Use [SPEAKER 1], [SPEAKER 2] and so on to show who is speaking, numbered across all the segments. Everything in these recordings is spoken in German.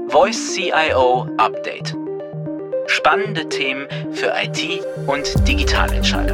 [SPEAKER 1] Voice CIO Update. Spannende Themen für IT- und Digitalentscheider.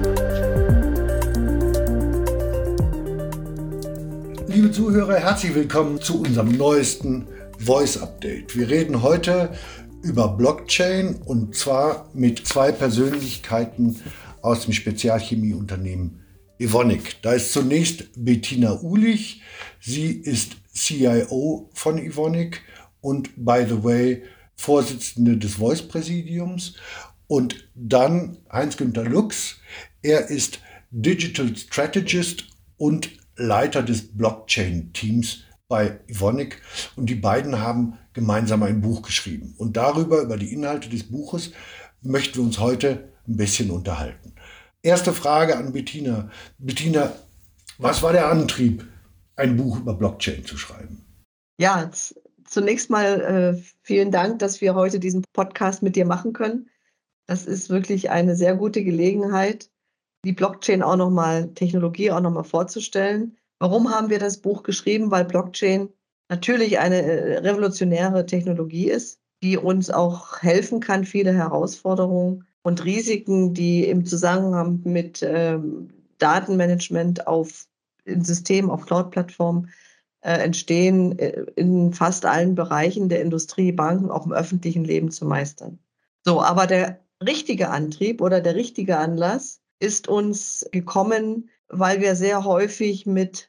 [SPEAKER 2] Liebe Zuhörer, herzlich willkommen zu unserem neuesten Voice Update. Wir reden heute über Blockchain und zwar mit zwei Persönlichkeiten aus dem Spezialchemieunternehmen Evonik. Da ist zunächst Bettina Uhlich. Sie ist CIO von Evonik und, by the way, Vorsitzende des Voice-Präsidiums. Und dann Heinz-Günther Lux. Er ist Digital Strategist und Leiter des Blockchain-Teams bei Evonik. Und die beiden haben gemeinsam ein Buch geschrieben. Und über die Inhalte des Buches, möchten wir uns heute ein bisschen unterhalten. Erste Frage an Bettina. Bettina, was war der Antrieb, ein Buch über Blockchain zu schreiben?
[SPEAKER 3] Ja, zunächst mal vielen Dank, dass wir heute diesen Podcast mit dir machen können. Das ist wirklich eine sehr gute Gelegenheit, die Blockchain Technologie auch nochmal vorzustellen. Warum haben wir das Buch geschrieben? Weil Blockchain natürlich eine revolutionäre Technologie ist, die uns auch helfen kann, viele Herausforderungen und Risiken, die im Zusammenhang mit Datenmanagement in Systemen, auf Cloud-Plattformen entstehen, in fast allen Bereichen der Industrie, Banken, auch im öffentlichen Leben zu meistern. So, aber der richtige Antrieb oder der richtige Anlass ist uns gekommen, weil wir sehr häufig mit,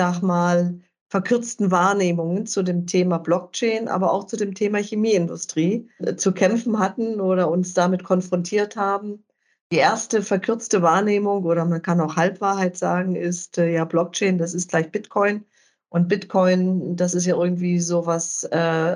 [SPEAKER 3] verkürzten Wahrnehmungen zu dem Thema Blockchain, aber auch zu dem Thema Chemieindustrie zu kämpfen hatten oder uns damit konfrontiert haben. Die erste verkürzte Wahrnehmung, oder man kann auch Halbwahrheit sagen, ist, Blockchain, das ist gleich Bitcoin. Und Bitcoin, das ist ja irgendwie so was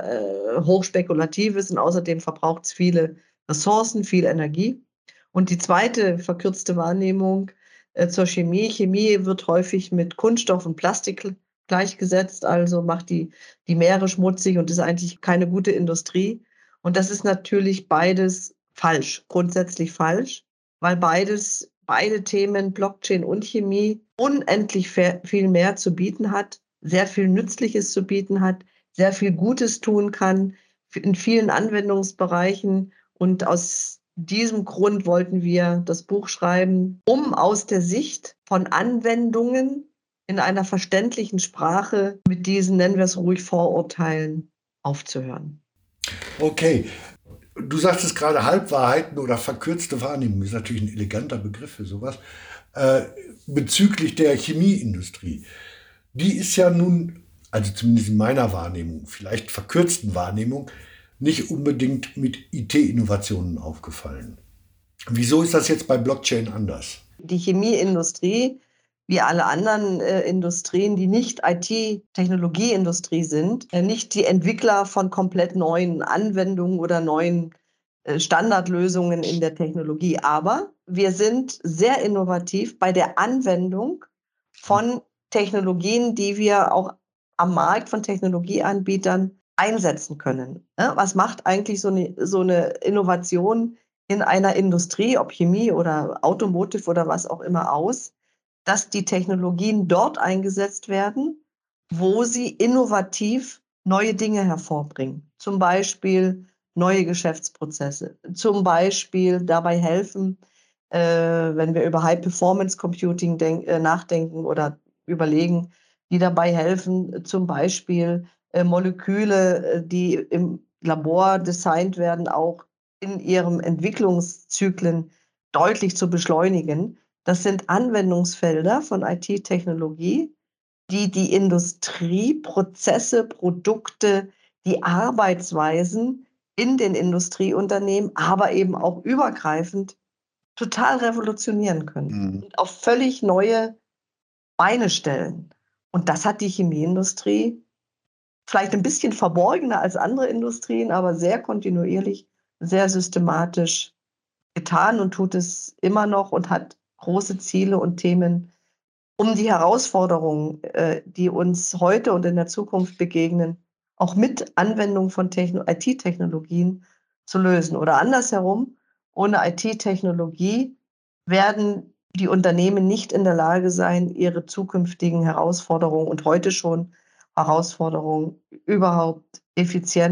[SPEAKER 3] Hochspekulatives und außerdem verbraucht es viele Ressourcen, viel Energie. Und die zweite verkürzte Wahrnehmung zur Chemie. Chemie wird häufig mit Kunststoff und Plastik gleichgesetzt, also macht die Meere schmutzig und ist eigentlich keine gute Industrie. Und das ist natürlich beides falsch, grundsätzlich falsch, weil beide Themen, Blockchain und Chemie, unendlich viel mehr zu bieten hat, sehr viel Nützliches zu bieten hat, sehr viel Gutes tun kann in vielen Anwendungsbereichen. Und aus diesem Grund wollten wir das Buch schreiben, um aus der Sicht von Anwendungen in einer verständlichen Sprache mit diesen, nennen wir es ruhig, Vorurteilen aufzuhören.
[SPEAKER 2] Okay, du sagtest gerade Halbwahrheiten oder verkürzte Wahrnehmung, ist natürlich ein eleganter Begriff für sowas, bezüglich der Chemieindustrie. Die ist ja nun, also zumindest in meiner Wahrnehmung, vielleicht verkürzten Wahrnehmung, nicht unbedingt mit IT-Innovationen aufgefallen. Wieso ist das jetzt bei Blockchain anders?
[SPEAKER 3] Die Chemieindustrie, wie alle anderen Industrien, die nicht IT-Technologieindustrie sind, nicht die Entwickler von komplett neuen Anwendungen oder neuen Standardlösungen in der Technologie. Aber wir sind sehr innovativ bei der Anwendung von Technologien, die wir auch am Markt von Technologieanbietern einsetzen können. Was macht eigentlich so eine Innovation in einer Industrie, ob Chemie oder Automotive oder was auch immer aus, dass die Technologien dort eingesetzt werden, wo sie innovativ neue Dinge hervorbringen. Zum Beispiel neue Geschäftsprozesse. Zum Beispiel dabei helfen, wenn wir über High-Performance-Computing nachdenken oder überlegen, die dabei helfen, zum Beispiel Moleküle, die im Labor designt werden, auch in ihren Entwicklungszyklen deutlich zu beschleunigen. Das sind Anwendungsfelder von IT-Technologie, die die Industrie, Prozesse, Produkte, die Arbeitsweisen in den Industrieunternehmen, aber eben auch übergreifend total revolutionieren können und auf völlig neue Beine stellen. Und das hat die Chemieindustrie vielleicht ein bisschen verborgener als andere Industrien, aber sehr kontinuierlich, sehr systematisch getan und tut es immer noch und hat große Ziele und Themen, um die Herausforderungen, die uns heute und in der Zukunft begegnen, auch mit Anwendung von IT-Technologien zu lösen. Oder andersherum, ohne IT-Technologie werden die Unternehmen nicht in der Lage sein, ihre zukünftigen Herausforderungen und heute schon Herausforderungen überhaupt effizient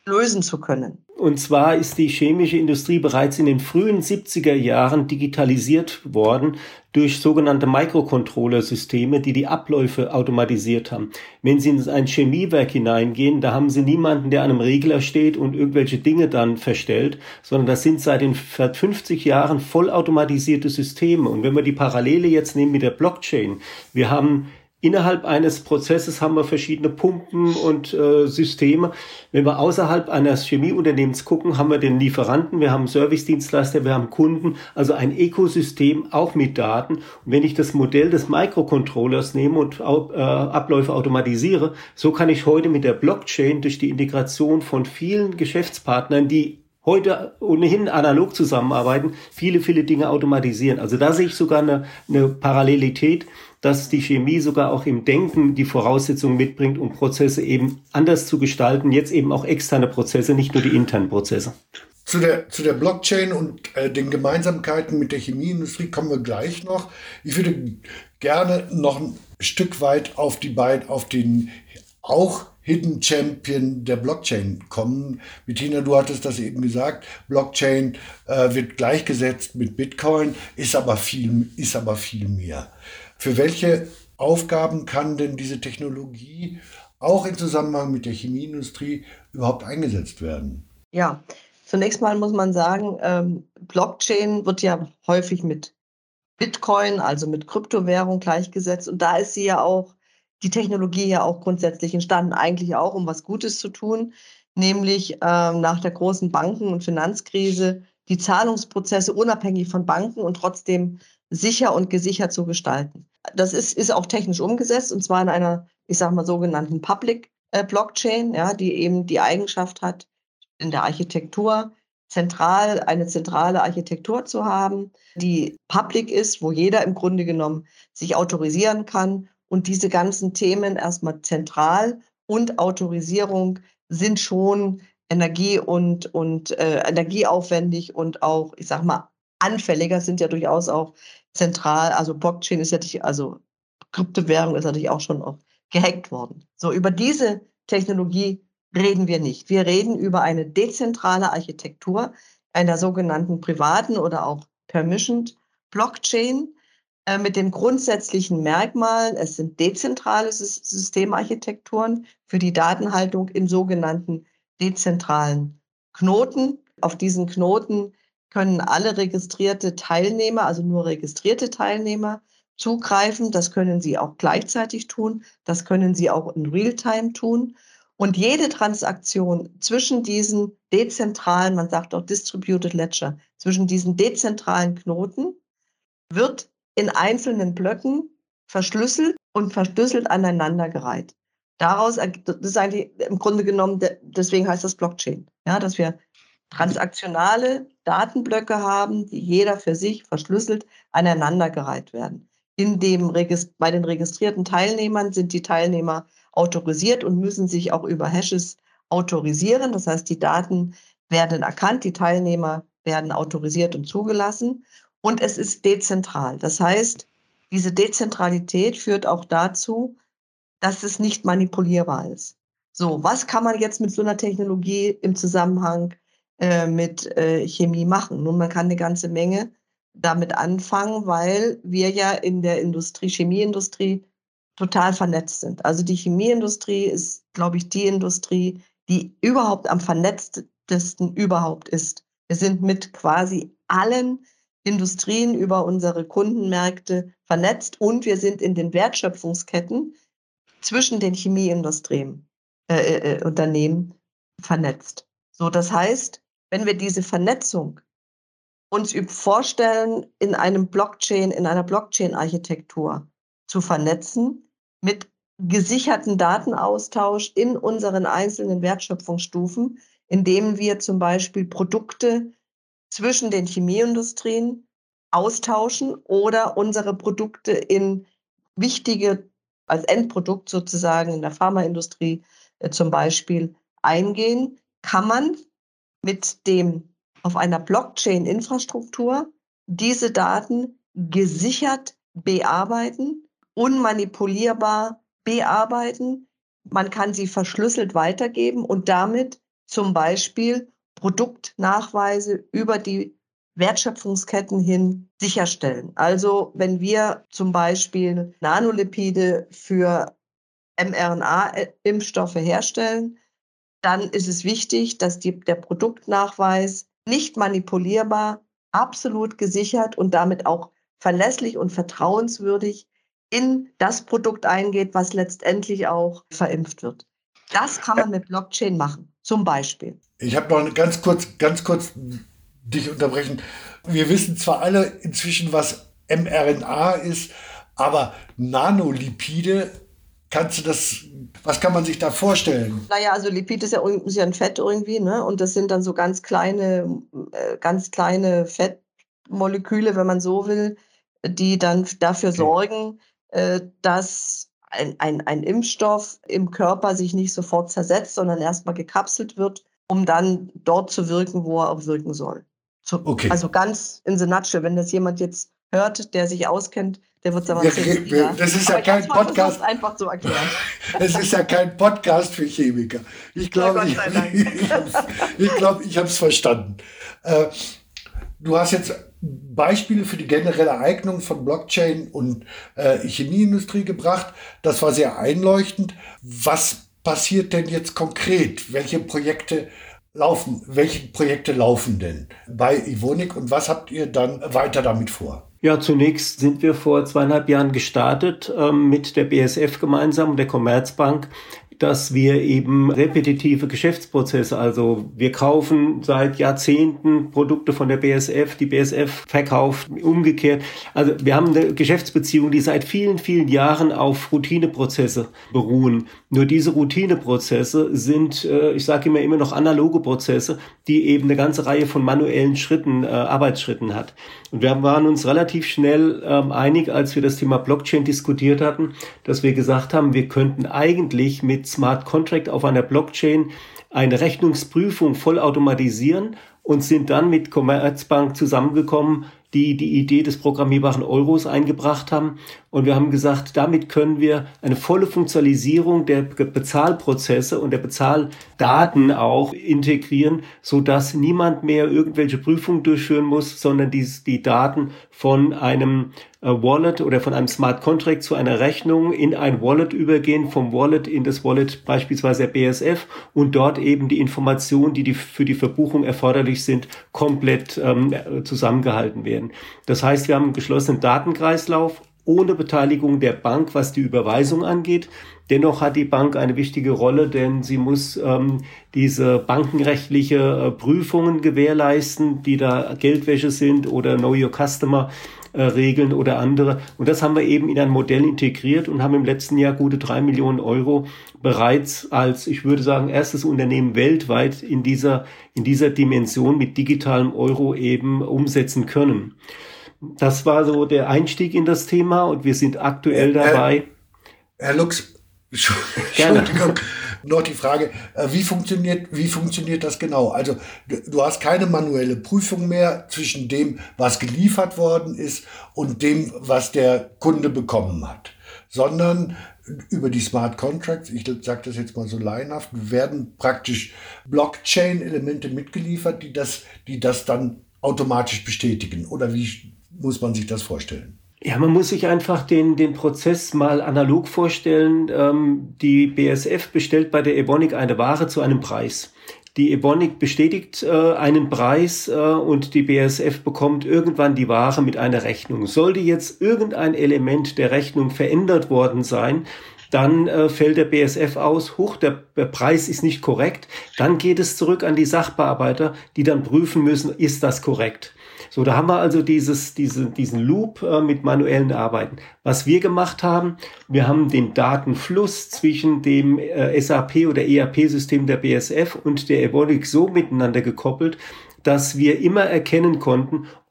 [SPEAKER 3] lösen zu können.
[SPEAKER 4] Und zwar ist die chemische Industrie bereits in den frühen 70er Jahren digitalisiert worden durch sogenannte Microcontroller-Systeme, die die Abläufe automatisiert haben. Wenn Sie in ein Chemiewerk hineingehen, da haben Sie niemanden, der an einem Regler steht und irgendwelche Dinge dann verstellt, sondern das sind seit 50 Jahren vollautomatisierte Systeme. Und wenn wir die Parallele jetzt nehmen mit der Blockchain, wir haben innerhalb eines Prozesses haben wir verschiedene Pumpen und Systeme. Wenn wir außerhalb eines Chemieunternehmens gucken, haben wir den Lieferanten, wir haben Servicedienstleister, wir haben Kunden, also ein Ökosystem auch mit Daten. Und wenn ich das Modell des Microcontrollers nehme und Abläufe automatisiere, so kann ich heute mit der Blockchain durch die Integration von vielen Geschäftspartnern, die heute ohnehin analog zusammenarbeiten, viele Dinge automatisieren. Also da sehe ich sogar eine Parallelität, dass die Chemie sogar auch im Denken die Voraussetzungen mitbringt, um Prozesse eben anders zu gestalten, jetzt eben auch externe Prozesse, nicht nur die internen Prozesse.
[SPEAKER 2] Zu der Blockchain und den Gemeinsamkeiten mit der Chemieindustrie kommen wir gleich noch. Ich würde gerne noch ein Stück weit auf den auch Hidden Champion der Blockchain kommen. Bettina, du hattest das eben gesagt, Blockchain wird gleichgesetzt mit Bitcoin, ist aber viel mehr. Für welche Aufgaben kann denn diese Technologie auch im Zusammenhang mit der Chemieindustrie überhaupt eingesetzt werden?
[SPEAKER 3] Ja, zunächst mal muss man sagen, Blockchain wird ja häufig mit Bitcoin, also mit Kryptowährung gleichgesetzt. Und da ist sie ja auch, die Technologie ja auch grundsätzlich entstanden, eigentlich auch, um was Gutes zu tun, nämlich nach der großen Banken- und Finanzkrise die Zahlungsprozesse unabhängig von Banken und trotzdem sicher und gesichert zu gestalten. Das ist auch technisch umgesetzt, und zwar in einer, ich sage mal, sogenannten Public Blockchain, ja, die eben die Eigenschaft hat, in der Architektur eine zentrale Architektur zu haben, die public ist, wo jeder im Grunde genommen sich autorisieren kann. Und diese ganzen Themen erstmal zentral und Autorisierung sind schon energieaufwendig und auch, ich sag mal, anfälliger, sind ja durchaus auch zentral. Also Blockchain ist ja nicht, also Kryptowährung ist natürlich auch schon auch gehackt worden. So, über diese Technologie reden wir nicht. Wir reden über eine dezentrale Architektur einer sogenannten privaten oder auch Permissioned Blockchain mit den grundsätzlichen Merkmalen. Es sind dezentrale Systemarchitekturen für die Datenhaltung in sogenannten dezentralen Knoten. Auf diesen Knoten können alle registrierte Teilnehmer, also nur registrierte Teilnehmer, zugreifen. Das können sie auch gleichzeitig tun. Das können sie auch in Realtime tun. Und jede Transaktion zwischen diesen dezentralen, man sagt auch Distributed Ledger, zwischen diesen dezentralen Knoten wird in einzelnen Blöcken verschlüsselt und verschlüsselt aneinandergereiht. Das ist eigentlich im Grunde genommen, deswegen heißt das Blockchain, ja, dass wir transaktionale Datenblöcke haben, die jeder für sich verschlüsselt aneinandergereiht werden. Bei den registrierten Teilnehmern sind die Teilnehmer autorisiert und müssen sich auch über Hashes autorisieren. Das heißt, die Daten werden erkannt, die Teilnehmer werden autorisiert und zugelassen. Und es ist dezentral. Das heißt, diese Dezentralität führt auch dazu, dass es nicht manipulierbar ist. So, was kann man jetzt mit so einer Technologie im Zusammenhang mit Chemie machen? Nun, man kann eine ganze Menge damit anfangen, weil wir ja in der Chemieindustrie, total vernetzt sind. Also die Chemieindustrie ist, glaube ich, die Industrie, die überhaupt am vernetztesten überhaupt ist. Wir sind mit quasi allen Industrien über unsere Kundenmärkte vernetzt und wir sind in den Wertschöpfungsketten zwischen den Chemieindustrien, Unternehmen vernetzt. So, das heißt, wenn wir diese Vernetzung uns vorstellen, in einer Blockchain-Architektur zu vernetzen, mit gesicherten Datenaustausch in unseren einzelnen Wertschöpfungsstufen, indem wir zum Beispiel Produkte zwischen den Chemieindustrien austauschen oder unsere Produkte in wichtige, als Endprodukt sozusagen in der Pharmaindustrie zum Beispiel eingehen, kann man auf einer Blockchain-Infrastruktur diese Daten gesichert bearbeiten, unmanipulierbar bearbeiten. Man kann sie verschlüsselt weitergeben und damit zum Beispiel Produktnachweise über die Wertschöpfungsketten hin sicherstellen. Also wenn wir zum Beispiel Nanolipide für mRNA-Impfstoffe herstellen, dann ist es wichtig, dass der Produktnachweis nicht manipulierbar, absolut gesichert und damit auch verlässlich und vertrauenswürdig in das Produkt eingeht, was letztendlich auch verimpft wird. Das kann man mit Blockchain machen, zum Beispiel.
[SPEAKER 2] Ich habe noch ganz kurz dich unterbrechen. Wir wissen zwar alle inzwischen, was mRNA ist, aber Nanolipide, was kann man sich da vorstellen?
[SPEAKER 3] Naja, also Lipid ist ja ein Fett irgendwie, ne? Und das sind dann so ganz kleine Fettmoleküle, wenn man so will, die dann dafür sorgen, dass ein Impfstoff im Körper sich nicht sofort zersetzt, sondern erstmal gekapselt wird, um dann dort zu wirken, wo er auch wirken soll. Also ganz in the nutshell, wenn das jemand jetzt hört, der sich auskennt, der wird es aber erzählen.
[SPEAKER 2] Das ist ja kein Podcast.
[SPEAKER 3] Einfach zu erklären.
[SPEAKER 2] Es ist ja kein Podcast für Chemiker. Ich glaube, ich habe es verstanden. Du hast jetzt Beispiele für die generelle Eignung von Blockchain und Chemieindustrie gebracht. Das war sehr einleuchtend. Was passiert denn jetzt konkret? Welche Projekte laufen denn bei Evonik und was habt ihr dann weiter damit vor?
[SPEAKER 4] Ja, zunächst sind wir vor 2,5 Jahren gestartet mit der BASF gemeinsam und der Commerzbank, dass wir eben repetitive Geschäftsprozesse, also wir kaufen seit Jahrzehnten Produkte von der BASF, die BASF verkauft umgekehrt. Also wir haben eine Geschäftsbeziehung, die seit vielen, vielen Jahren auf Routineprozesse beruhen. Nur diese Routineprozesse sind, ich sage immer noch analoge Prozesse, die eben eine ganze Reihe von manuellen Arbeitsschritten hat. Und wir waren uns relativ schnell einig, als wir das Thema Blockchain diskutiert hatten, dass wir gesagt haben, wir könnten eigentlich mit Smart Contract auf einer Blockchain eine Rechnungsprüfung vollautomatisieren und sind dann mit Commerzbank zusammengekommen, die die Idee des programmierbaren Euros eingebracht haben. Und wir haben gesagt, damit können wir eine volle Funktionalisierung der Bezahlprozesse und der Bezahldaten auch integrieren, sodass niemand mehr irgendwelche Prüfungen durchführen muss, sondern die Daten von einem Wallet oder von einem Smart Contract zu einer Rechnung in ein Wallet übergehen, vom Wallet in das Wallet beispielsweise der BASF und dort eben die Informationen, die für die Verbuchung erforderlich sind, komplett zusammengehalten werden. Das heißt, wir haben einen geschlossenen Datenkreislauf ohne Beteiligung der Bank, was die Überweisung angeht. Dennoch hat die Bank eine wichtige Rolle, denn sie muss diese bankenrechtliche Prüfungen gewährleisten, die da Geldwäsche sind oder Know Your Customer Regeln oder andere. Und das haben wir eben in ein Modell integriert und haben im letzten Jahr gute 3 Millionen Euro bereits als, ich würde sagen, erstes Unternehmen weltweit in dieser Dimension mit digitalem Euro eben umsetzen können. Das war so der Einstieg in das Thema und wir sind aktuell dabei.
[SPEAKER 2] Herr Lux, Entschuldigung, noch die Frage, wie funktioniert das genau? Also du hast keine manuelle Prüfung mehr zwischen dem, was geliefert worden ist und dem, was der Kunde bekommen hat, sondern über die Smart Contracts, ich sage das jetzt mal so laienhaft, werden praktisch Blockchain-Elemente mitgeliefert, die das dann automatisch bestätigen. Oder wie muss man sich das vorstellen?
[SPEAKER 4] Ja, man muss sich einfach den Prozess mal analog vorstellen. Die BASF bestellt bei der Evonik eine Ware zu einem Preis. Die Evonik bestätigt einen Preis und die BASF bekommt irgendwann die Ware mit einer Rechnung. Sollte jetzt irgendein Element der Rechnung verändert worden sein, dann fällt der BASF aus, der Preis ist nicht korrekt. Dann geht es zurück an die Sachbearbeiter, die dann prüfen müssen, ist das korrekt. So, da haben wir also diesen Loop mit manuellen Arbeiten. Was wir gemacht haben, wir haben den Datenfluss zwischen dem SAP oder ERP-System der BASF und der Evonik so miteinander gekoppelt, dass wir immer erkennen konnten,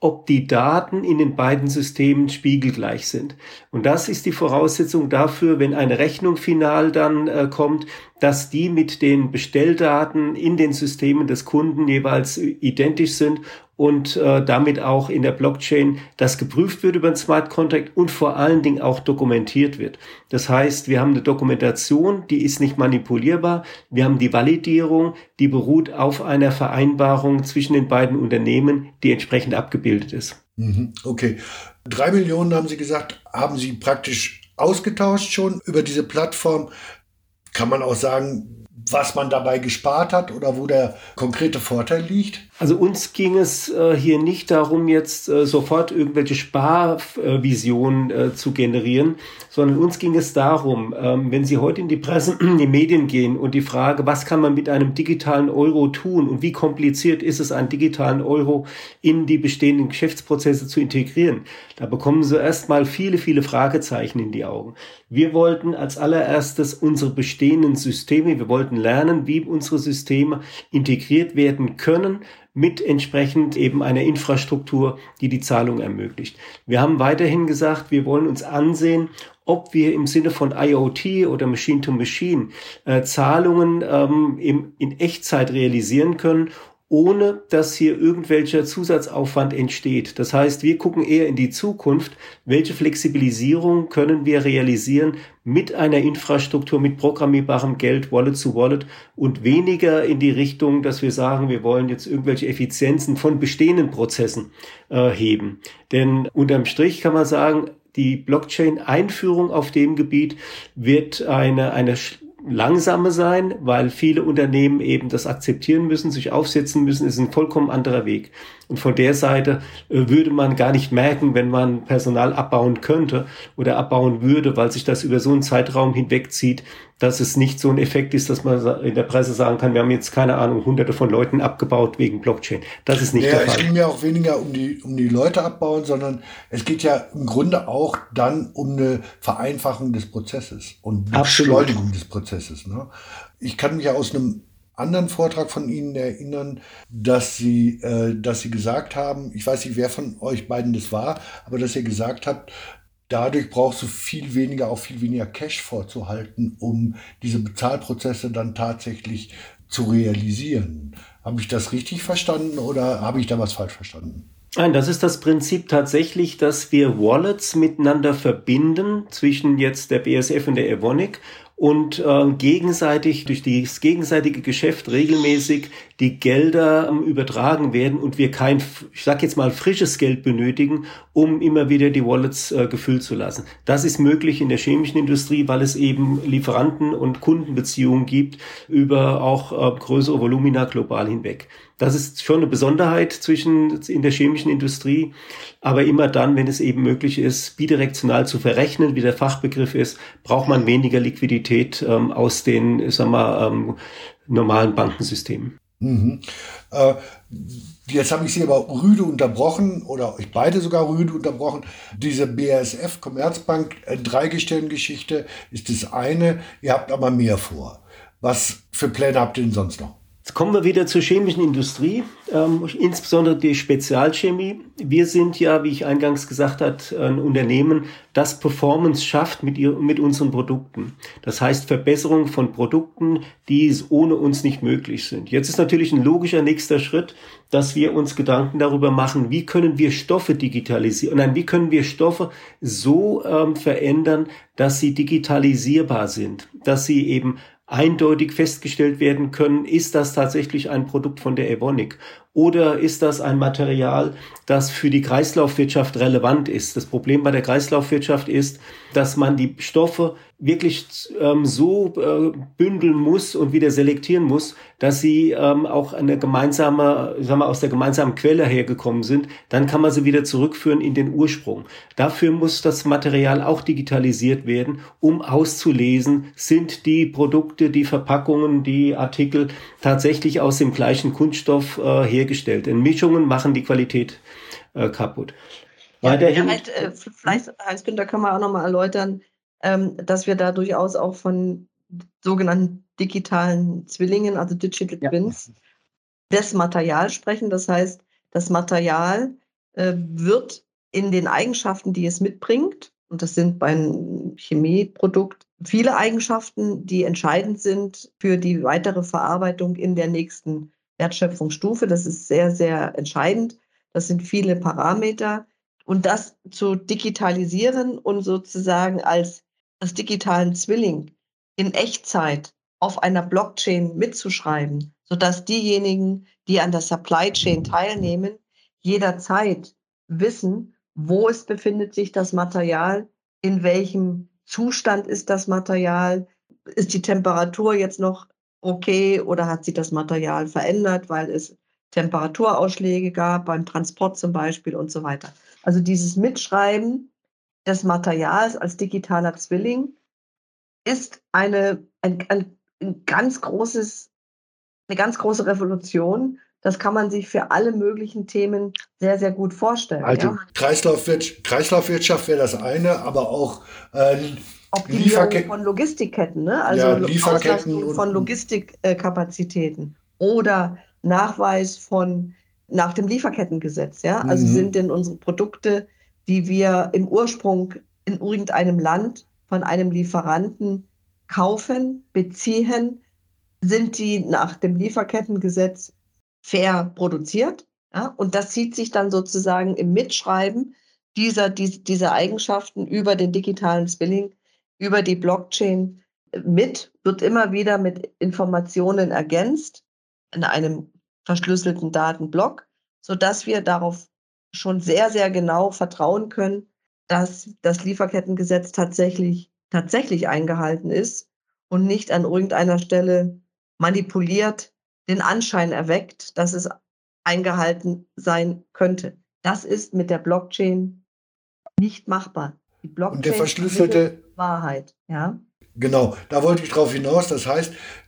[SPEAKER 4] ob die Daten in den beiden Systemen spiegelgleich sind. Und das ist die Voraussetzung dafür, wenn eine Rechnung final dann kommt, dass die mit den Bestelldaten in den Systemen des Kunden jeweils identisch sind und damit auch in der Blockchain das geprüft wird über ein Smart Contract und vor allen Dingen auch dokumentiert wird. Das heißt, wir haben eine Dokumentation, die ist nicht manipulierbar. Wir haben die Validierung, die beruht auf einer Vereinbarung zwischen den beiden Unternehmen, die entsprechend abgebildet ist.
[SPEAKER 2] Okay. 3 Millionen, haben Sie gesagt, haben Sie praktisch ausgetauscht schon über diese Plattform. Kann man auch sagen, was man dabei gespart hat oder wo der konkrete Vorteil liegt?
[SPEAKER 4] Also uns ging es hier nicht darum, jetzt sofort irgendwelche Sparvisionen zu generieren, sondern uns ging es darum, wenn Sie heute in die Presse, in die Medien gehen und die Frage, was kann man mit einem digitalen Euro tun und wie kompliziert ist es, einen digitalen Euro in die bestehenden Geschäftsprozesse zu integrieren, da bekommen Sie erstmal viele, viele Fragezeichen in die Augen. Wir wollten als allererstes unsere bestehenden Systeme, wir wollten lernen, wie unsere Systeme integriert werden können, mit entsprechend eben einer Infrastruktur, die die Zahlung ermöglicht. Wir haben weiterhin gesagt, wir wollen uns ansehen, ob wir im Sinne von IoT oder Machine-to-Machine Zahlungen in Echtzeit realisieren können, ohne dass hier irgendwelcher Zusatzaufwand entsteht. Das heißt, wir gucken eher in die Zukunft, welche Flexibilisierung können wir realisieren mit einer Infrastruktur, mit programmierbarem Geld, Wallet zu Wallet und weniger in die Richtung, dass wir sagen, wir wollen jetzt irgendwelche Effizienzen von bestehenden Prozessen heben. Denn unterm Strich kann man sagen, die Blockchain-Einführung auf dem Gebiet wird eine langsame sein, weil viele Unternehmen eben das akzeptieren müssen, sich aufsetzen müssen. Es ist ein vollkommen anderer Weg. Und von der Seite würde man gar nicht merken, wenn man Personal abbauen könnte oder abbauen würde, weil sich das über so einen Zeitraum hinwegzieht, dass es nicht so ein Effekt ist, dass man in der Presse sagen kann, wir haben jetzt, keine Ahnung, hunderte von Leuten abgebaut wegen Blockchain. Das ist nicht der Fall.
[SPEAKER 2] Es ging mir auch weniger um die Leute abbauen, sondern es geht ja im Grunde auch dann um eine Vereinfachung des Prozesses und eine Beschleunigung des Prozesses. Ne? Ich kann mich ja aus einem anderen Vortrag von Ihnen erinnern, dass Sie gesagt haben, ich weiß nicht, wer von euch beiden das war, aber dass ihr gesagt habt, dadurch brauchst du viel weniger Cash vorzuhalten, um diese Bezahlprozesse dann tatsächlich zu realisieren. Habe ich das richtig verstanden oder habe ich da was falsch verstanden?
[SPEAKER 4] Nein, das ist das Prinzip tatsächlich, dass wir Wallets miteinander verbinden zwischen jetzt der BASF und der Evonik und gegenseitig durch das gegenseitige Geschäft regelmäßig die Gelder übertragen werden und wir kein, ich sag jetzt mal, frisches Geld benötigen, um immer wieder die Wallets gefüllt zu lassen. Das ist möglich in der chemischen Industrie, weil es eben Lieferanten- und Kundenbeziehungen gibt über auch größere Volumina global hinweg. Das ist schon eine Besonderheit in der chemischen Industrie, aber immer dann, wenn es eben möglich ist, bidirektional zu verrechnen, wie der Fachbegriff ist, braucht man weniger Liquidität aus den, normalen Bankensystemen.
[SPEAKER 2] Jetzt habe ich Sie aber rüde unterbrochen oder euch beide sogar rüde unterbrochen. Diese BASF Commerzbank Dreigestellengeschichte ist das eine, ihr habt aber mehr vor. Was für Pläne habt ihr denn sonst noch?
[SPEAKER 4] Jetzt kommen wir wieder zur chemischen Industrie, insbesondere die Spezialchemie. Wir sind ja, wie ich eingangs gesagt habe, ein Unternehmen, das Performance schafft mit unseren Produkten. Das heißt Verbesserung von Produkten, die ohne uns nicht möglich sind. Jetzt ist natürlich ein logischer nächster Schritt, dass wir uns Gedanken darüber machen, wie können wir Stoffe digitalisieren, wie können wir Stoffe so verändern, dass sie digitalisierbar sind, dass sie eben eindeutig festgestellt werden können, ist das tatsächlich ein Produkt von der Evonik oder ist das ein Material, das für die Kreislaufwirtschaft relevant ist. Das Problem bei der Kreislaufwirtschaft ist, dass man die Stoffe wirklich so bündeln muss und wieder selektieren muss, dass sie auch eine gemeinsame, aus der gemeinsamen Quelle hergekommen sind. Dann kann man sie wieder zurückführen in den Ursprung. Dafür muss das Material auch digitalisiert werden, um auszulesen, sind die Produkte, die Verpackungen, die Artikel tatsächlich aus dem gleichen Kunststoff hergestellt. Denn Mischungen machen die Qualität kaputt.
[SPEAKER 3] Weiterhin. Vielleicht, Heinz-Günther, können wir auch nochmal erläutern, dass wir da durchaus auch von sogenannten digitalen Zwillingen, also Digital Twins, des Materials sprechen. Das heißt, das Material wird in den Eigenschaften, die es mitbringt, und das sind beim Chemieprodukt viele Eigenschaften, die entscheidend sind für die weitere Verarbeitung in der nächsten Wertschöpfungsstufe. Das ist sehr, sehr entscheidend. Das sind viele Parameter. Und das zu digitalisieren und sozusagen als digitalen Zwilling in Echtzeit auf einer Blockchain mitzuschreiben, sodass diejenigen, die an der Supply Chain teilnehmen, jederzeit wissen, wo es befindet sich das Material, in welchem Zustand ist das Material, ist die Temperatur jetzt noch okay oder hat sich das Material verändert, weil es Temperaturausschläge gab, beim Transport zum Beispiel und so weiter. Also dieses Mitschreiben des Materials als digitaler Zwilling ist ein ganz eine ganz große Revolution. Das kann man sich für alle möglichen Themen sehr, sehr gut vorstellen.
[SPEAKER 2] Also
[SPEAKER 3] ja.
[SPEAKER 2] Kreislaufwirtschaft wäre das eine, aber auch
[SPEAKER 3] Optimierung von Logistikketten, ne? Also
[SPEAKER 2] ja, Lieferketten
[SPEAKER 3] Auslastung von Logistikkapazitäten oder Nachweis nach dem Lieferkettengesetz. Ja? Also sind denn unsere Produkte, die wir im Ursprung in irgendeinem Land von einem Lieferanten kaufen, beziehen, sind die nach dem Lieferkettengesetz fair produziert. Ja? Und das zieht sich dann sozusagen im Mitschreiben dieser Eigenschaften über den digitalen Zwilling, über die Blockchain wird immer wieder mit Informationen ergänzt in einem verschlüsselten Datenblock, sodass wir darauf schon sehr, sehr genau vertrauen können, dass das Lieferkettengesetz tatsächlich eingehalten ist und nicht an irgendeiner Stelle manipuliert, den Anschein erweckt, dass es eingehalten sein könnte. Das ist mit der Blockchain nicht machbar. Die Blockchain
[SPEAKER 2] und der verschlüsselte
[SPEAKER 3] Wahrheit, ja.
[SPEAKER 2] Genau, da wollte ich drauf hinaus. Das heißt,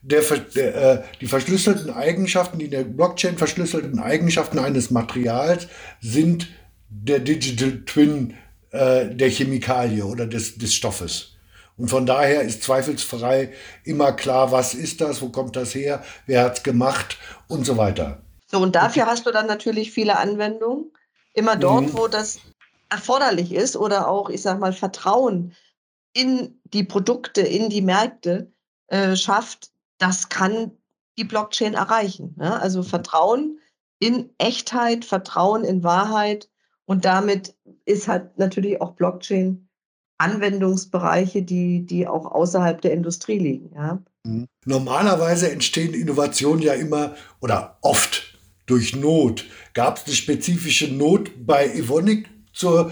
[SPEAKER 2] die verschlüsselten Eigenschaften, die in der Blockchain verschlüsselten Eigenschaften eines Materials sind der Digital Twin der Chemikalie oder des Stoffes. Und von daher ist zweifelsfrei immer klar, was ist das, wo kommt das her, wer hat es gemacht und so weiter.
[SPEAKER 3] So, und dafür hast du dann natürlich viele Anwendungen. Immer dort, wo das erforderlich ist oder auch, ich sag mal, Vertrauen in die Produkte, in die Märkte schafft, das kann die Blockchain erreichen. Ne? Also Vertrauen in Echtheit, Vertrauen in Wahrheit und damit ist halt natürlich auch Blockchain Anwendungsbereiche, die auch außerhalb der Industrie liegen. Ja?
[SPEAKER 2] Normalerweise entstehen Innovationen ja immer oder oft durch Not. Gab es eine spezifische Not bei Evonik zu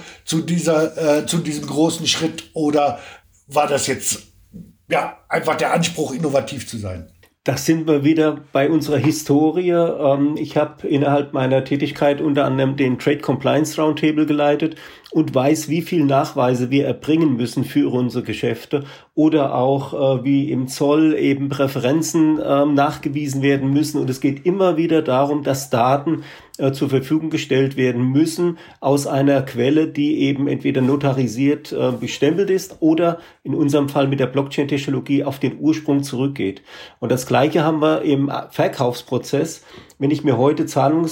[SPEAKER 2] diesem großen Schritt oder war das jetzt ja einfach der Anspruch, innovativ zu sein?
[SPEAKER 4] Da sind wir wieder bei unserer Historie. Ich habe innerhalb meiner Tätigkeit unter anderem den Trade Compliance Roundtable geleitet und weiß, wie viel Nachweise wir erbringen müssen für unsere Geschäfte oder auch wie im Zoll eben Präferenzen nachgewiesen werden müssen. Und es geht immer wieder darum, dass Daten zur Verfügung gestellt werden müssen aus einer Quelle, die eben entweder notarisiert bestempelt ist oder in unserem Fall mit der Blockchain-Technologie auf den Ursprung zurückgeht. Und das Gleiche haben wir im Verkaufsprozess. Wenn ich mir heute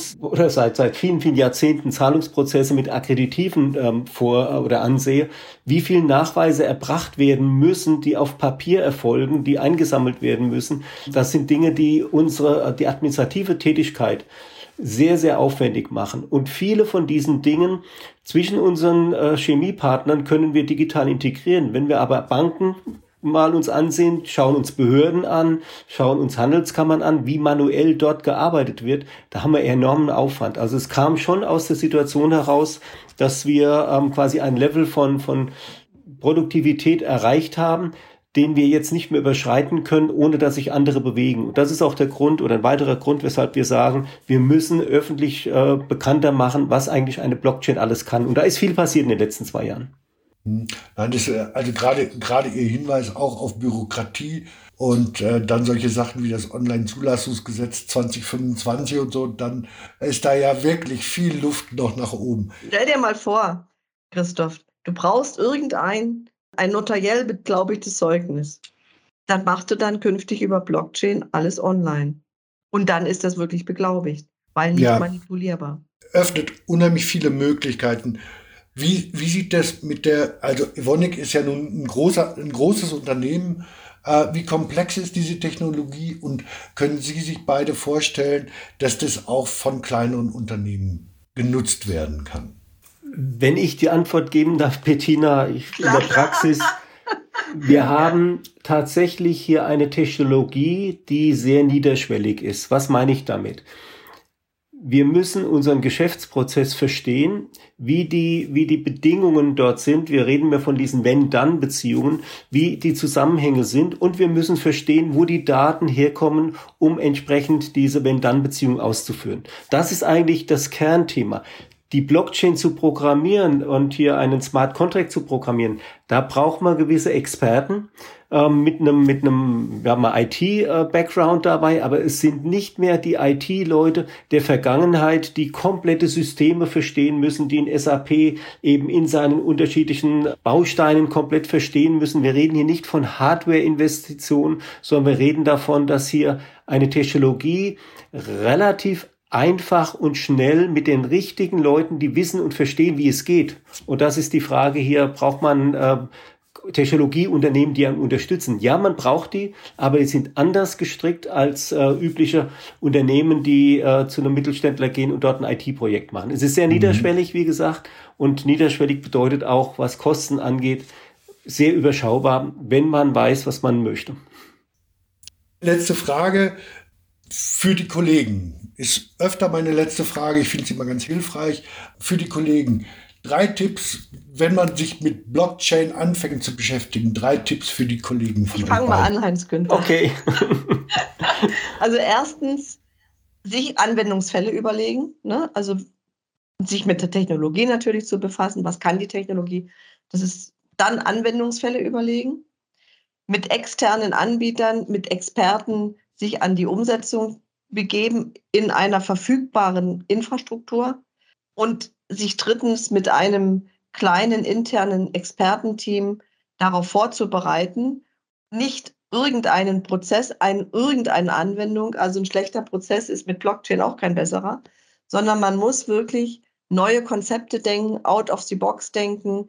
[SPEAKER 4] seit vielen, vielen Jahrzehnten Zahlungsprozesse mit Akkreditiven ansehe, wie viele Nachweise erbracht werden müssen, die auf Papier erfolgen, die eingesammelt werden müssen. Das sind Dinge, die die administrative Tätigkeit sehr, sehr aufwendig machen. Und viele von diesen Dingen zwischen unseren Chemiepartnern können wir digital integrieren. Wenn wir aber Banken mal uns ansehen, schauen uns Behörden an, schauen uns Handelskammern an, wie manuell dort gearbeitet wird, da haben wir enormen Aufwand. Also es kam schon aus der Situation heraus, dass wir quasi ein Level von Produktivität erreicht haben, den wir jetzt nicht mehr überschreiten können, ohne dass sich andere bewegen. Und das ist auch der Grund oder ein weiterer Grund, weshalb wir sagen, wir müssen öffentlich bekannter machen, was eigentlich eine Blockchain alles kann. Und da ist viel passiert in den letzten 2 Jahren.
[SPEAKER 2] Nein, also gerade Ihr Hinweis auch auf Bürokratie und dann solche Sachen wie das Onlinezulassungsgesetz 2025 und so, dann ist da ja wirklich viel Luft noch nach oben.
[SPEAKER 3] Stell dir mal vor, Christoph, du brauchst ein notariell beglaubigtes Zeugnis. Dann machst du dann künftig über Blockchain alles online. Und dann ist das wirklich beglaubigt. weil nicht manipulierbar.
[SPEAKER 2] Öffnet unheimlich viele Möglichkeiten. Wie sieht das also Evonik ist ja nun ein großes Unternehmen. Wie komplex ist diese Technologie und können Sie sich beide vorstellen, dass das auch von kleineren Unternehmen genutzt werden kann?
[SPEAKER 4] Wenn ich die Antwort geben darf, Bettina, in der Praxis, wir haben tatsächlich hier eine Technologie, die sehr niederschwellig ist. Was meine ich damit? Wir müssen unseren Geschäftsprozess verstehen, wie die Bedingungen dort sind. Wir reden mehr von diesen Wenn-Dann-Beziehungen, wie die Zusammenhänge sind. Und wir müssen verstehen, wo die Daten herkommen, um entsprechend diese Wenn-Dann-Beziehungen auszuführen. Das ist eigentlich das Kernthema. Die Blockchain zu programmieren und hier einen Smart Contract zu programmieren, da braucht man gewisse Experten mit einem wir haben mal IT-Background dabei, aber es sind nicht mehr die IT-Leute der Vergangenheit, die komplette Systeme verstehen müssen, die in SAP eben in seinen unterschiedlichen Bausteinen komplett verstehen müssen. Wir reden hier nicht von Hardware-Investitionen, sondern wir reden davon, dass hier eine Technologie relativ einfach und schnell mit den richtigen Leuten, die wissen und verstehen, wie es geht. Und das ist die Frage hier, braucht man Technologieunternehmen, die einen unterstützen? Ja, man braucht die, aber die sind anders gestrickt als übliche Unternehmen, die zu einem Mittelständler gehen und dort ein IT-Projekt machen. Es ist sehr niederschwellig, wie gesagt, und niederschwellig bedeutet auch, was Kosten angeht, sehr überschaubar, wenn man weiß, was man möchte.
[SPEAKER 2] Letzte Frage für die Kollegen. Ist öfter meine letzte Frage. Ich finde sie immer ganz hilfreich. Für die Kollegen. 3 Tipps, wenn man sich mit Blockchain anfängt zu beschäftigen. 3 Tipps für die Kollegen.
[SPEAKER 3] Ich fange mal an, Heinz-Günther.
[SPEAKER 4] Okay.
[SPEAKER 3] Also erstens, sich Anwendungsfälle überlegen. Ne? Also sich mit der Technologie natürlich zu befassen. Was kann die Technologie? Das ist dann Anwendungsfälle überlegen. Mit externen Anbietern, mit Experten sich an die Umsetzung begeben in einer verfügbaren Infrastruktur und sich drittens mit einem kleinen internen Expertenteam darauf vorzubereiten, nicht irgendeinen Prozess, irgendeine Anwendung, also ein schlechter Prozess ist mit Blockchain auch kein besserer, sondern man muss wirklich neue Konzepte denken, out of the box denken,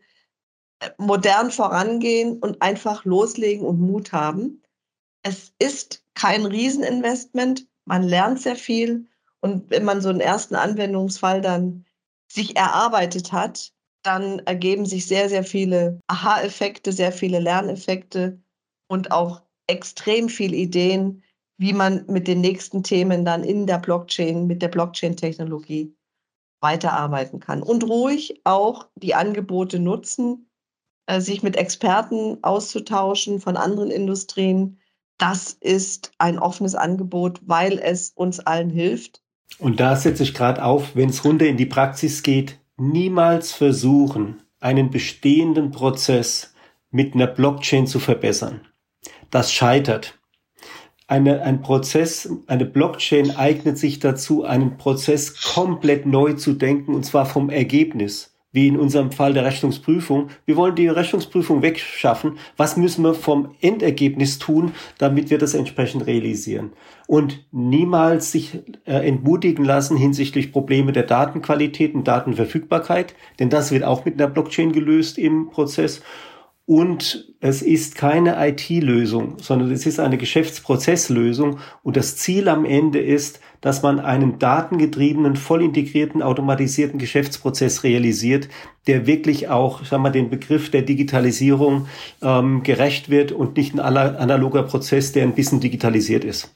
[SPEAKER 3] modern vorangehen und einfach loslegen und Mut haben. Es ist kein Rieseninvestment, man lernt sehr viel und wenn man so einen ersten Anwendungsfall dann sich erarbeitet hat, dann ergeben sich sehr, sehr viele Aha-Effekte, sehr viele Lerneffekte und auch extrem viele Ideen, wie man mit den nächsten Themen dann in der Blockchain, mit der Blockchain-Technologie weiterarbeiten kann. Und ruhig auch die Angebote nutzen, sich mit Experten auszutauschen von anderen Industrien. Das ist ein offenes Angebot, weil es uns allen hilft.
[SPEAKER 4] Und da setze ich gerade auf, wenn es runter in die Praxis geht, niemals versuchen, einen bestehenden Prozess mit einer Blockchain zu verbessern. Das scheitert. Eine Blockchain eignet sich dazu, einen Prozess komplett neu zu denken, und zwar vom Ergebnis. Wie in unserem Fall der Rechnungsprüfung. Wir wollen die Rechnungsprüfung wegschaffen. Was müssen wir vom Endergebnis tun, damit wir das entsprechend realisieren? Und niemals sich entmutigen lassen hinsichtlich Probleme der Datenqualität und Datenverfügbarkeit, denn das wird auch mit einer Blockchain gelöst im Prozess. Und es ist keine IT-Lösung, sondern es ist eine Geschäftsprozesslösung. Und das Ziel am Ende ist, dass man einen datengetriebenen, voll integrierten, automatisierten Geschäftsprozess realisiert, der wirklich auch, den Begriff der Digitalisierung gerecht wird und nicht ein analoger Prozess, der ein bisschen digitalisiert ist.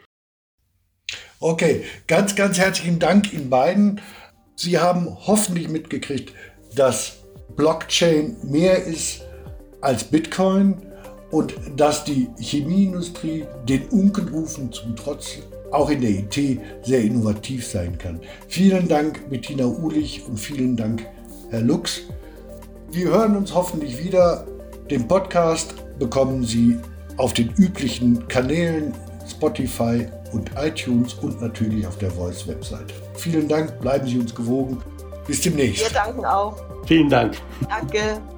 [SPEAKER 2] Okay, ganz, ganz herzlichen Dank Ihnen beiden. Sie haben hoffentlich mitgekriegt, dass Blockchain mehr ist als Bitcoin und dass die Chemieindustrie den Unkenrufen zum Trotz auch in der IT sehr innovativ sein kann. Vielen Dank Bettina Uhlich und vielen Dank Herr Lux. Wir hören uns hoffentlich wieder. Den Podcast bekommen Sie auf den üblichen Kanälen Spotify und iTunes und natürlich auf der Voice-Webseite. Vielen Dank, bleiben Sie uns gewogen. Bis demnächst.
[SPEAKER 3] Wir danken auch.
[SPEAKER 4] Vielen Dank.
[SPEAKER 3] Danke.